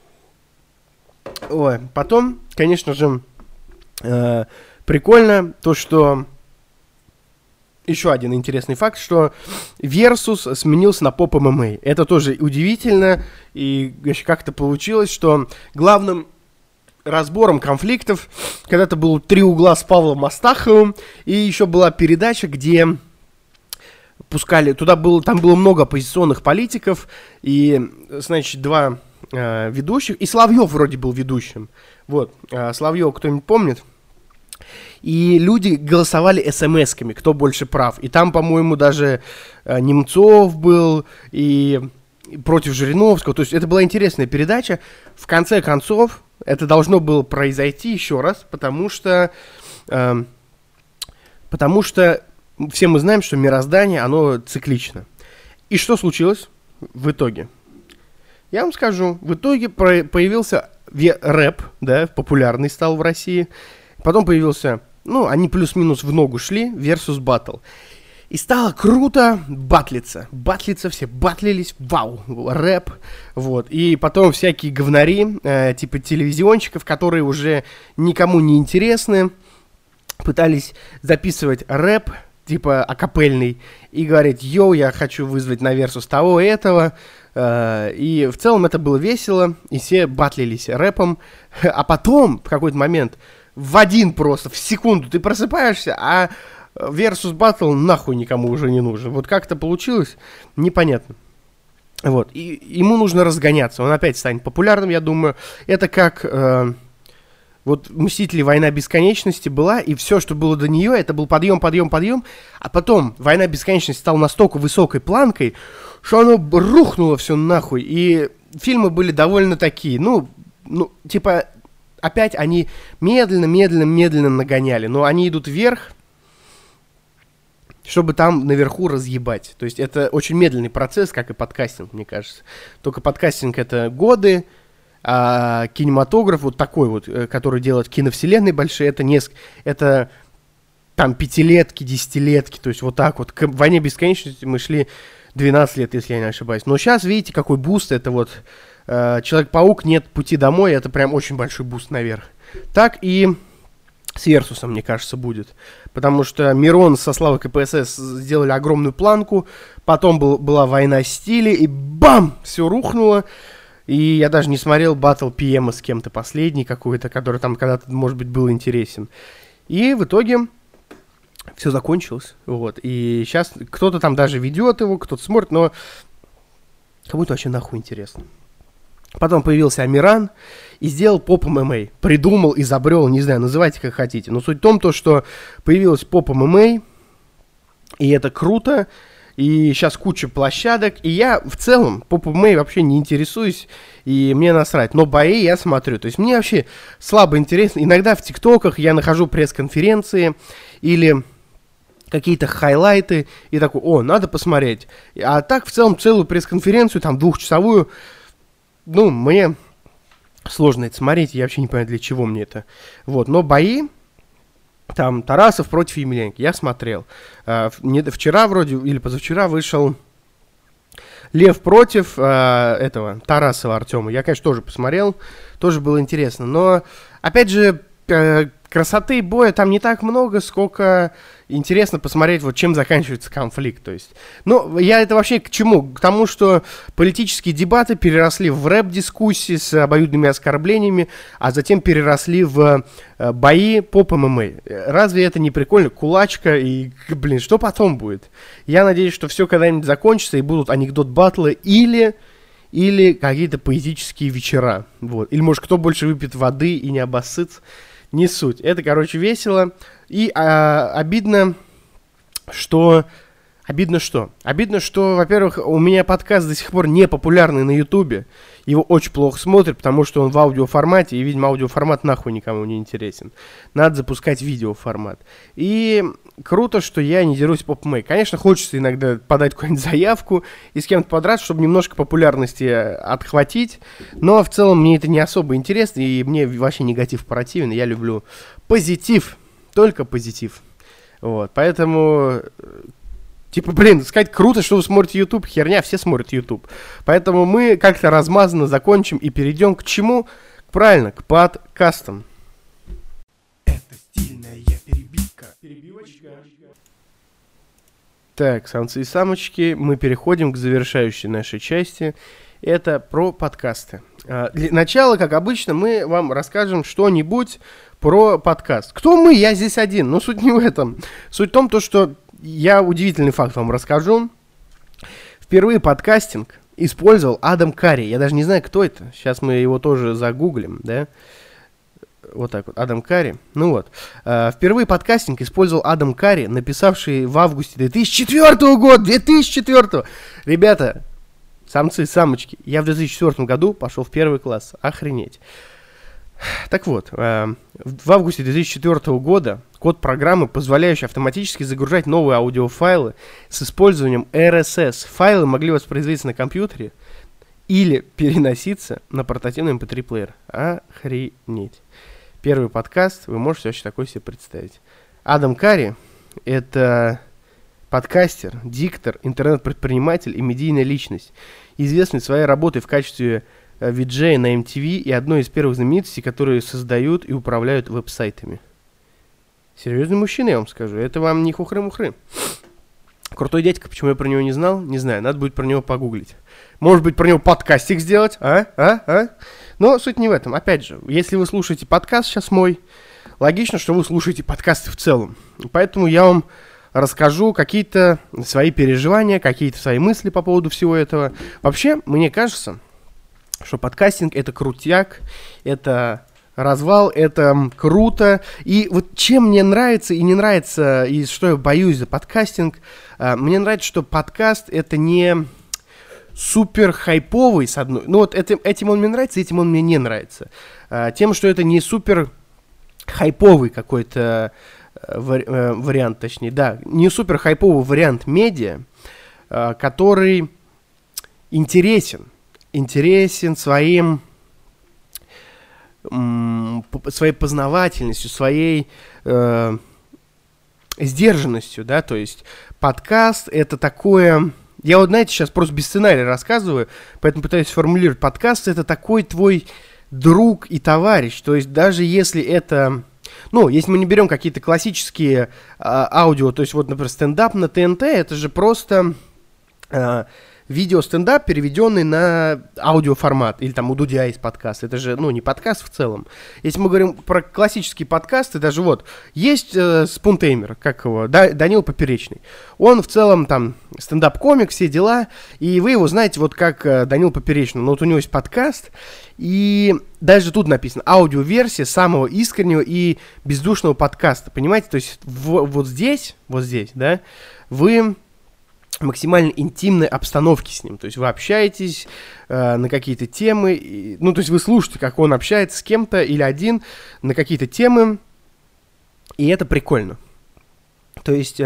Ой, потом, конечно же, прикольно то, что... Еще один интересный факт, что Versus сменился на Pop MMA. Это тоже удивительно, и как-то получилось, что главным разбором конфликтов когда-то был «Три угла» с Павлом Астаховым, и еще была передача, где пускали, там было много оппозиционных политиков, и, значит, два ведущих, и Соловьев вроде был ведущим. Вот, Соловьев, кто-нибудь помнит? И люди голосовали смс-ками, кто больше прав. И там, по-моему, даже Немцов был, и против Жириновского. То есть это была интересная передача. В конце концов, это должно было произойти еще раз, потому что все мы знаем, что мироздание, оно циклично. И что случилось в итоге? Я вам скажу, в итоге появился рэп, да, популярный стал в России. Потом появился, они плюс-минус в ногу шли, Versus Battle. И стало круто батлиться. Батлиться все, батлились, вау, рэп, вот. И потом всякие говнари, типа телевизионщиков, которые уже никому не интересны, пытались записывать рэп, типа акапельный, и говорить: йоу, я хочу вызвать на Versus того и этого. И в целом это было весело, и все батлились рэпом. А потом, в какой-то момент... В один просто, в секунду ты просыпаешься, а Versus Battle нахуй никому уже не нужен. Вот как это получилось, непонятно. Вот, и ему нужно разгоняться, он опять станет популярным, я думаю. Это как, вот Мстители, Война Бесконечности была, и все, что было до нее, это был подъем, а потом Война Бесконечности стала настолько высокой планкой, что оно рухнуло все нахуй, и фильмы были довольно такие, типа... Опять они медленно нагоняли, но они идут вверх, чтобы там наверху разъебать. То есть это очень медленный процесс, как и подкастинг, мне кажется. Только подкастинг — это годы, а кинематограф вот такой вот, который делает киновселенные большие, это там 5-летки, 10-летки, то есть вот так вот. К «Войне Бесконечности» мы шли 12 лет, если я не ошибаюсь. Но сейчас, видите, какой буст, это вот... Человек-паук, «Нет пути домой», это прям очень большой буст наверх. Так и с Версусом, мне кажется, будет. Потому что Мирон со Славой КПСС сделали огромную планку, потом была война стилей, и бам! Все рухнуло. И я даже не смотрел батл ПМа с кем-то последний какой-то, который там когда-то, может быть, был интересен. И в итоге все закончилось. Вот. И сейчас кто-то там даже ведет его, кто-то смотрит, но кому-то вообще нахуй интересно. Потом появился Амиран и сделал поп-ММА. Придумал, изобрел, не знаю, называйте как хотите. Но суть в том, что появилась поп-ММА, и это круто. И сейчас куча площадок. И я в целом поп-ММА вообще не интересуюсь, и мне насрать. Но бои я смотрю. То есть мне вообще слабо интересно. Иногда в ТикТоках я нахожу пресс-конференции или... какие-то хайлайты, и такой, надо посмотреть. А так, в целом, целую пресс-конференцию, там, 2-часовую, мне сложно это смотреть, я вообще не понимаю, для чего мне это. Вот, но бои, там, Тарасов против Емельяненко, я смотрел. Вчера вроде, или позавчера вышел Лев против Тарасова Артема. Я, конечно, тоже посмотрел, тоже было интересно. Но, опять же, красоты боя там не так много, сколько интересно посмотреть, вот чем заканчивается конфликт. То есть, я это вообще к чему? К тому, что политические дебаты переросли в рэп-дискуссии с обоюдными оскорблениями, а затем переросли в бои поп-ММА. Разве это не прикольно? Кулачка и, что потом будет? Я надеюсь, что все когда-нибудь закончится и будут анекдот-баттлы или какие-то поэтические вечера. Вот. Или, может, кто больше выпьет воды и не обоссытся. Не суть. Это, весело. И обидно, что, во-первых, у меня подкаст до сих пор не популярный на Ютубе. его очень плохо смотрят, потому что он в аудиоформате, и, видимо, аудиоформат нахуй никому не интересен. Надо запускать видеоформат. И круто, что я не дерусь PopMake. Конечно, хочется иногда подать какую-нибудь заявку и с кем-то подраться, чтобы немножко популярности отхватить, но в целом мне это не особо интересно, и мне вообще негатив противен, я люблю позитив, только позитив. Вот, поэтому... Типа, сказать круто, что вы смотрите YouTube, херня, все смотрят YouTube. Поэтому мы как-то размазанно закончим и перейдем к чему? Правильно, к подкастам. Это стильная перебивка. Перебивочка. Так, самцы и самочки, мы переходим к завершающей нашей части. Это про подкасты. Для начала, как обычно, мы вам расскажем что-нибудь про подкаст. Кто мы? Я здесь один. Но суть не в этом. Суть в том, что я удивительный факт вам расскажу. Впервые подкастинг использовал Адам Карри. Я даже не знаю, кто это. Сейчас мы его тоже загуглим, да? Вот так вот, Адам Карри. Ну вот. Впервые подкастинг использовал Адам Карри, написавший в августе 2004 года. 2004. Ребята, самцы и самочки, я в 2004 году пошел в первый класс. Охренеть. Так вот, в августе 2004 года код программы, позволяющий автоматически загружать новые аудиофайлы с использованием RSS. Файлы могли воспроизводиться на компьютере или переноситься на портативный MP3-плеер. Охренеть. Первый подкаст, вы можете вообще такое себе представить. Адам Карри — это подкастер, диктор, интернет-предприниматель и медийная личность, известный своей работой в качестве виджея на MTV и одной из первых знаменитостей, которые создают и управляют веб-сайтами. Серьезный мужчина, я вам скажу. Это вам не хухры-мухры. Крутой дядька, почему я про него не знал? Не знаю, надо будет про него погуглить. Может быть, про него подкастик сделать? Но суть не в этом. Опять же, если вы слушаете подкаст сейчас мой, логично, что вы слушаете подкасты в целом. Поэтому я вам расскажу какие-то свои переживания, какие-то свои мысли по поводу всего этого. Вообще, мне кажется, что подкастинг — это крутяк, это развал, это круто. И вот чем мне нравится и не нравится, и что я боюсь за подкастинг, мне нравится, что подкаст — это не супер хайповый, с одной. Ну вот этим он мне нравится, этим он мне не нравится. Тем, что это не супер хайповый какой-то вариант, точнее, да, не супер хайповый вариант медиа, который интересен своей познавательностью, своей сдержанностью, да, то есть подкаст — это такое... Я вот, знаете, сейчас просто без сценария рассказываю, поэтому пытаюсь сформулировать. Подкаст — это такой твой друг и товарищ, то есть даже если это... Ну, если мы не берем какие-то классические аудио, то есть вот, например, стендап на ТНТ, это же просто... видео-стендап, переведенный на аудиоформат. Или там у Дудя есть подкаст. Это же, не подкаст в целом. Если мы говорим про классические подкасты, даже вот, есть Спунтеймер, как его, Данил Поперечный. Он в целом там стендап-комик, все дела. И вы его знаете вот как Данил Поперечный. Но вот у него есть подкаст. И даже тут написано аудиоверсия самого искреннего и бездушного подкаста. Понимаете? То есть вот здесь, да, вы... максимально интимной обстановке с ним. То есть вы общаетесь на какие-то темы, то есть вы слушаете, как он общается с кем-то или один на какие-то темы, и это прикольно. То есть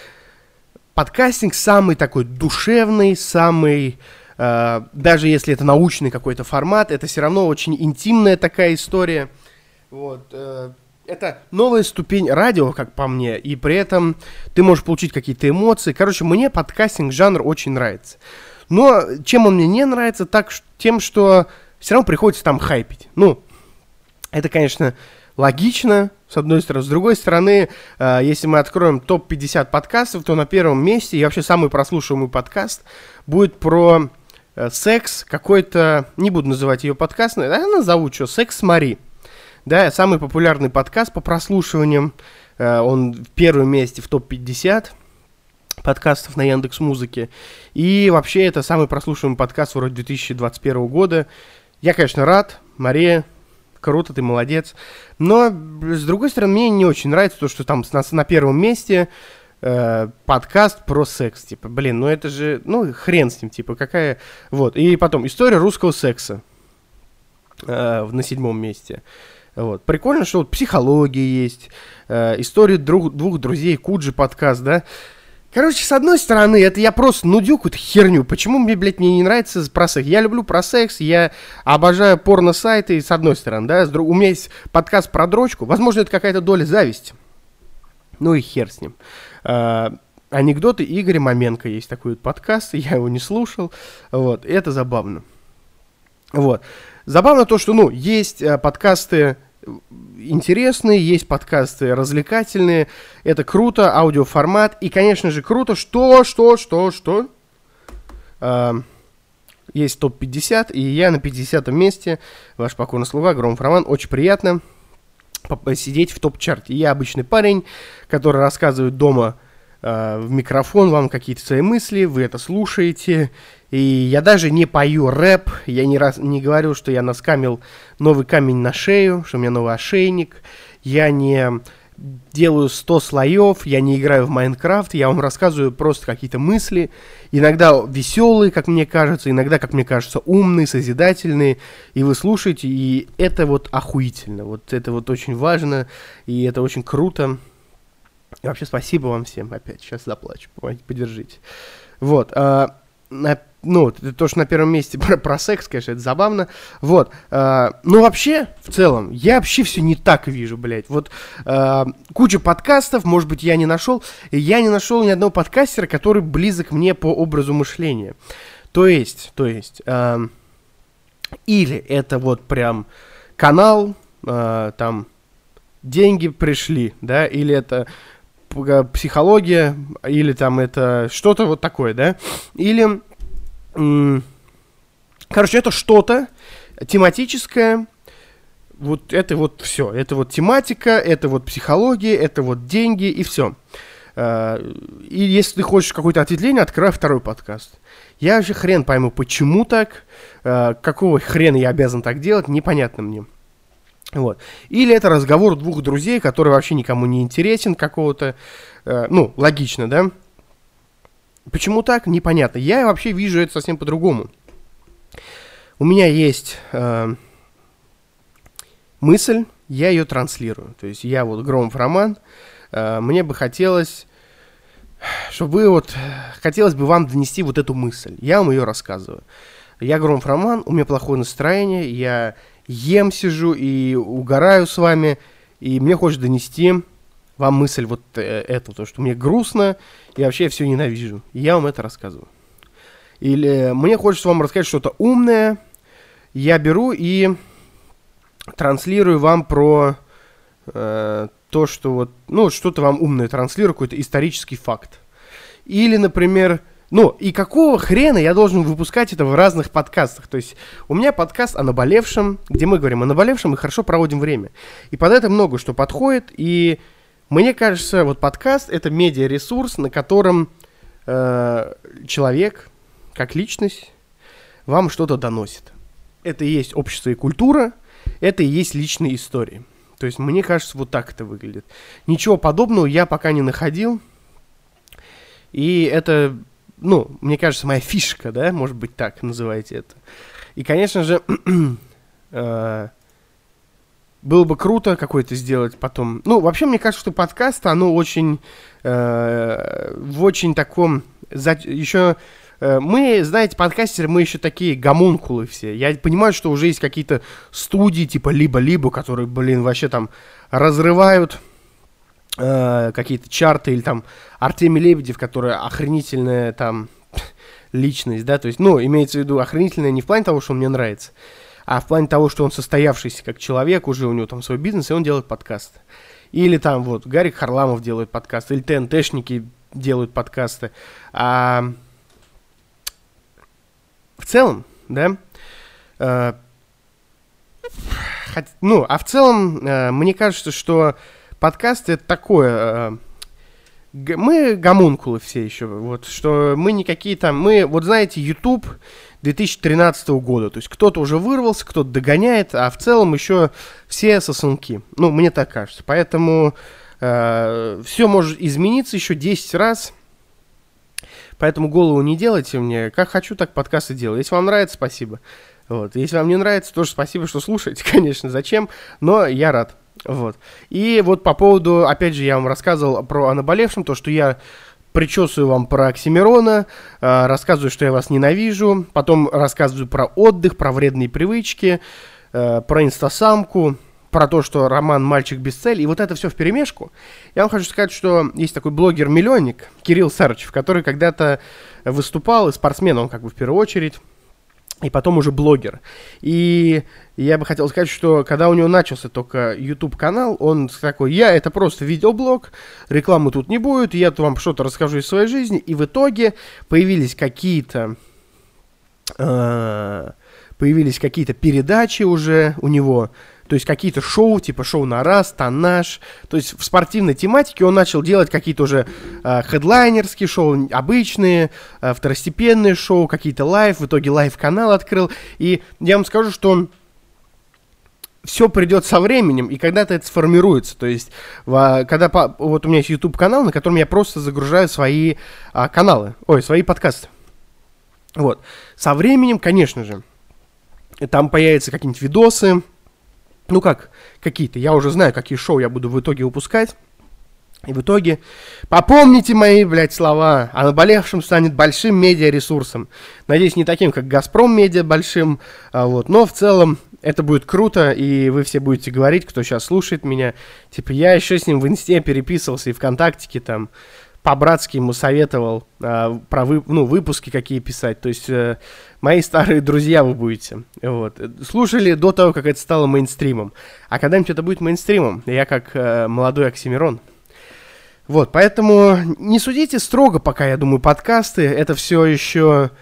подкастинг самый такой душевный, самый, даже если это научный какой-то формат, это все равно очень интимная такая история. Вот, это новая ступень радио, как по мне, и при этом ты можешь получить какие-то эмоции. Короче, мне подкастинг жанр очень нравится. Но чем он мне не нравится, тем, что все равно приходится там хайпить. Это, конечно, логично, с одной стороны. С другой стороны, если мы откроем топ-50 подкастов, то на первом месте, и вообще самый прослушиваемый подкаст, будет про секс какой-то, не буду называть ее подкаст, но я назову что, «Секс с Мари». Да, самый популярный подкаст по прослушиваниям, он в первом месте в топ-50 подкастов на Яндекс.Музыке. И вообще это самый прослушиваемый подкаст вроде 2021 года. Я, конечно, рад, Мария, круто, ты молодец. Но, с другой стороны, мне не очень нравится то, что там на первом месте подкаст про секс. Это же, хрен с ним, какая... Вот, и потом, история русского секса. на 7-м месте. Вот. Прикольно, что вот психология есть, история двух друзей, Куджи подкаст, да. Короче, с одной стороны, это я просто нудю какую-то херню. Почему мне, блядь, мне не нравится про секс? Я люблю про секс, я обожаю порно-сайты, с одной стороны, да. У меня есть подкаст про дрочку. Возможно, это какая-то доля зависти. Ну и хер с ним. Анекдоты Игоря Маменко есть такой вот подкаст, я его не слушал. Вот, и это забавно. Вот. Забавно то, что, ну, есть подкасты интересные, есть подкасты развлекательные, это круто, аудиоформат, и, конечно же, круто, что? Есть топ-50, и я на 50-м месте, ваш покорный слуга, Громов Роман, очень приятно сидеть в топ-чарте. Я обычный парень, который рассказывает дома в микрофон вам какие-то свои мысли, вы это слушаете, и я даже не пою рэп, я не говорю, что я наскамил новый камень на шею, что у меня новый ошейник, я не делаю 100 слоев, я не играю в Майнкрафт, я вам рассказываю просто какие-то мысли, иногда веселые, как мне кажется, иногда, как мне кажется, умные, созидательные, и вы слушаете, и это вот охуительно, вот это вот очень важно, и это очень круто. И вообще спасибо вам всем, опять, сейчас заплачу, поддержите. Вот, ну, то, что на первом месте про секс, конечно, это забавно. Вот, ну, вообще, в целом, я вообще все не так вижу, блядь. Вот, куча подкастов, может быть, я не нашел ни одного подкастера, который близок мне по образу мышления. То есть, или это вот прям канал, там, деньги пришли, да, или это психология, или там это что-то вот такое, да, или, короче, это что-то тематическое, вот это вот все, это вот тематика, это вот психология, это вот деньги и все. И если ты хочешь какое-то ответвление, открывай второй подкаст. Я вообще хрен пойму, почему так, какого хрена я обязан так делать, непонятно мне. Вот. Или это разговор двух друзей, который вообще никому не интересен, какого-то, ну, логично, да? Почему так? Непонятно. Я вообще вижу это совсем по-другому. У меня есть мысль, я ее транслирую. То есть я вот Громов Роман, мне бы хотелось, хотелось бы вам донести вот эту мысль. Я вам ее рассказываю. Я Громов Роман, у меня плохое настроение, я сижу и угораю с вами, и мне хочется донести вам мысль вот эту, то, что мне грустно, и вообще я все ненавижу. И я вам это рассказываю. Или мне хочется вам рассказать что-то умное, я беру и транслирую вам про то, что вот, ну, что-то вам умное транслирую, какой-то исторический факт. Или, например, ну, и какого хрена я должен выпускать это в разных подкастах? То есть у меня подкаст о наболевшем, где мы говорим о наболевшем и хорошо проводим время. И под это много что подходит. И мне кажется, вот подкаст — это медиаресурс, на котором человек, как личность, вам что-то доносит. Это и есть общество и культура, это и есть личные истории. То есть мне кажется, вот так это выглядит. Ничего подобного я пока не находил. И это... Ну, мне кажется, моя фишка, да, может быть, так называете это. И, конечно же, было бы круто какой-то сделать потом. Ну, вообще, мне кажется, что подкаст, оно очень, в очень таком, еще, мы, знаете, подкастеры, мы еще такие гомункулы все. Я понимаю, что уже есть какие-то студии, типа Либо-Либо, которые, блин, вообще там разрывают какие-то чарты, или там Артемий Лебедев, который охренительная там личность, да, то есть, ну, имеется в виду охренительная не в плане того, что он мне нравится, а в плане того, что он состоявшийся как человек, уже у него там свой бизнес, и он делает подкасты. Или там вот Гарик Харламов делает подкасты, или ТНТшники делают подкасты. А в целом, да, в целом, мне кажется, что подкаст — это такое, мы гомункулы все еще, вот, что мы не какие-то, мы, вот знаете, YouTube 2013 года, то есть кто-то уже вырвался, кто-то догоняет, а в целом еще все сосунки, ну, мне так кажется, поэтому все может измениться еще 10 раз, поэтому голову не делайте мне, как хочу, так подкасты делаю, если вам нравится, спасибо, Вот. Если вам не нравится, тоже спасибо, что слушаете, конечно, зачем, но я рад. Вот. И вот по поводу, опять же, я вам рассказывал о наболевшем, то, что я причесываю вам про Оксимирона, рассказываю, что я вас ненавижу, потом рассказываю про отдых, про вредные привычки, про инстасамку, про то, что Роман мальчик без цели, и вот это все вперемешку. Я вам хочу сказать, что есть такой блогер-миллионник Кирилл Сарычев, который когда-то выступал, и спортсмен он как бы в первую очередь, и потом уже блогер. И я бы хотел сказать, что когда у него начался только YouTube-канал, он такой, это просто видеоблог, рекламы тут не будет, я вам что-то расскажу из своей жизни. И в итоге появились какие-то передачи уже у него, то есть какие-то шоу, типа шоу на раз, тоннаж. То есть в спортивной тематике он начал делать какие-то уже хедлайнерские шоу, обычные, второстепенные шоу, какие-то лайв. В итоге лайв-канал открыл. И я вам скажу, что все придет со временем, и когда-то это сформируется. То есть, вот у меня есть YouTube-канал, на котором я просто загружаю свои свои подкасты. Вот. Со временем, конечно же, там появятся какие-нибудь видосы. Ну как, какие-то. Я уже знаю, какие шоу я буду в итоге выпускать. И в итоге, попомните мои, слова, о наболевшем станет большим медиаресурсом. Надеюсь, не таким, как Газпром Медиа большим, но в целом это будет круто, и вы все будете говорить, кто сейчас слушает меня. Типа, я еще с ним в Инсте переписывался и ВКонтактике там, по-братски ему советовал про выпуски какие писать. То есть мои старые друзья вы будете. Вот. Слушали до того, как это стало мейнстримом. А когда-нибудь это будет мейнстримом. Я как молодой Оксимирон. Вот, поэтому не судите строго пока, я думаю, подкасты. Это все еще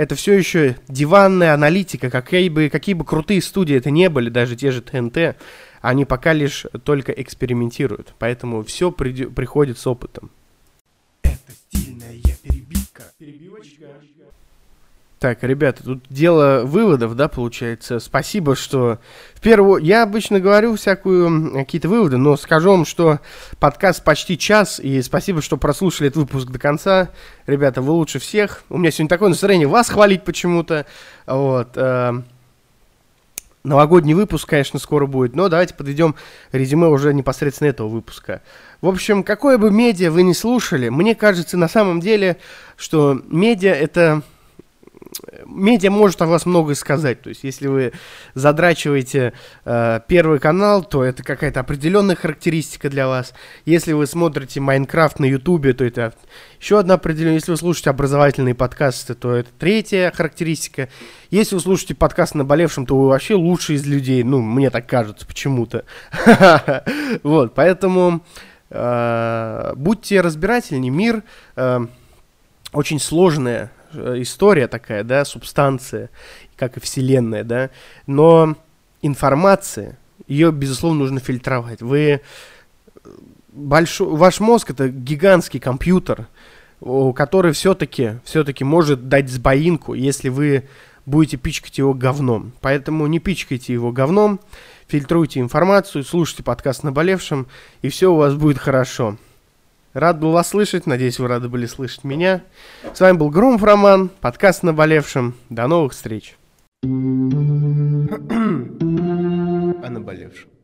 диванная аналитика. Какие бы крутые студии это не были, даже те же ТНТ, они пока лишь только экспериментируют. Поэтому все приходит с опытом. Стильная перебивка. Перебивочка. Так, ребята, тут дело выводов, да, получается. Спасибо, что... Я обычно говорю какие-то выводы, но скажу вам, что подкаст почти час, и спасибо, что прослушали этот выпуск до конца. Ребята, вы лучше всех. У меня сегодня такое настроение вас хвалить почему-то. Вот. Новогодний выпуск, конечно, скоро будет, но давайте подведем резюме уже непосредственно этого выпуска. В общем, какое бы медиа вы ни слушали, мне кажется на самом деле, что медиа может о вас многое сказать. То есть, если вы задрачиваете Первый канал, то это какая-то определенная характеристика для вас. Если вы смотрите Майнкрафт на Ютубе, то это еще одна определенная. Если вы слушаете образовательные подкасты, то это третья характеристика. Если вы слушаете подкаст «Наболевшем», то вы вообще лучший из людей. Ну, мне так кажется почему-то. Вот, поэтому будьте разбирательнее. Мир очень сложная история такая, да, субстанция, как и Вселенная, да, но информация, ее, безусловно, нужно фильтровать. Ваш мозг — это гигантский компьютер, который все-таки может дать сбоинку, если вы будете пичкать его говном. Поэтому не пичкайте его говном, фильтруйте информацию, слушайте подкаст «Наболевшем», и все у вас будет хорошо. Рад был вас слышать, надеюсь, вы рады были слышать меня. С вами был Громов Роман, подкаст «Наболевшем». До новых встреч. О наболевшем.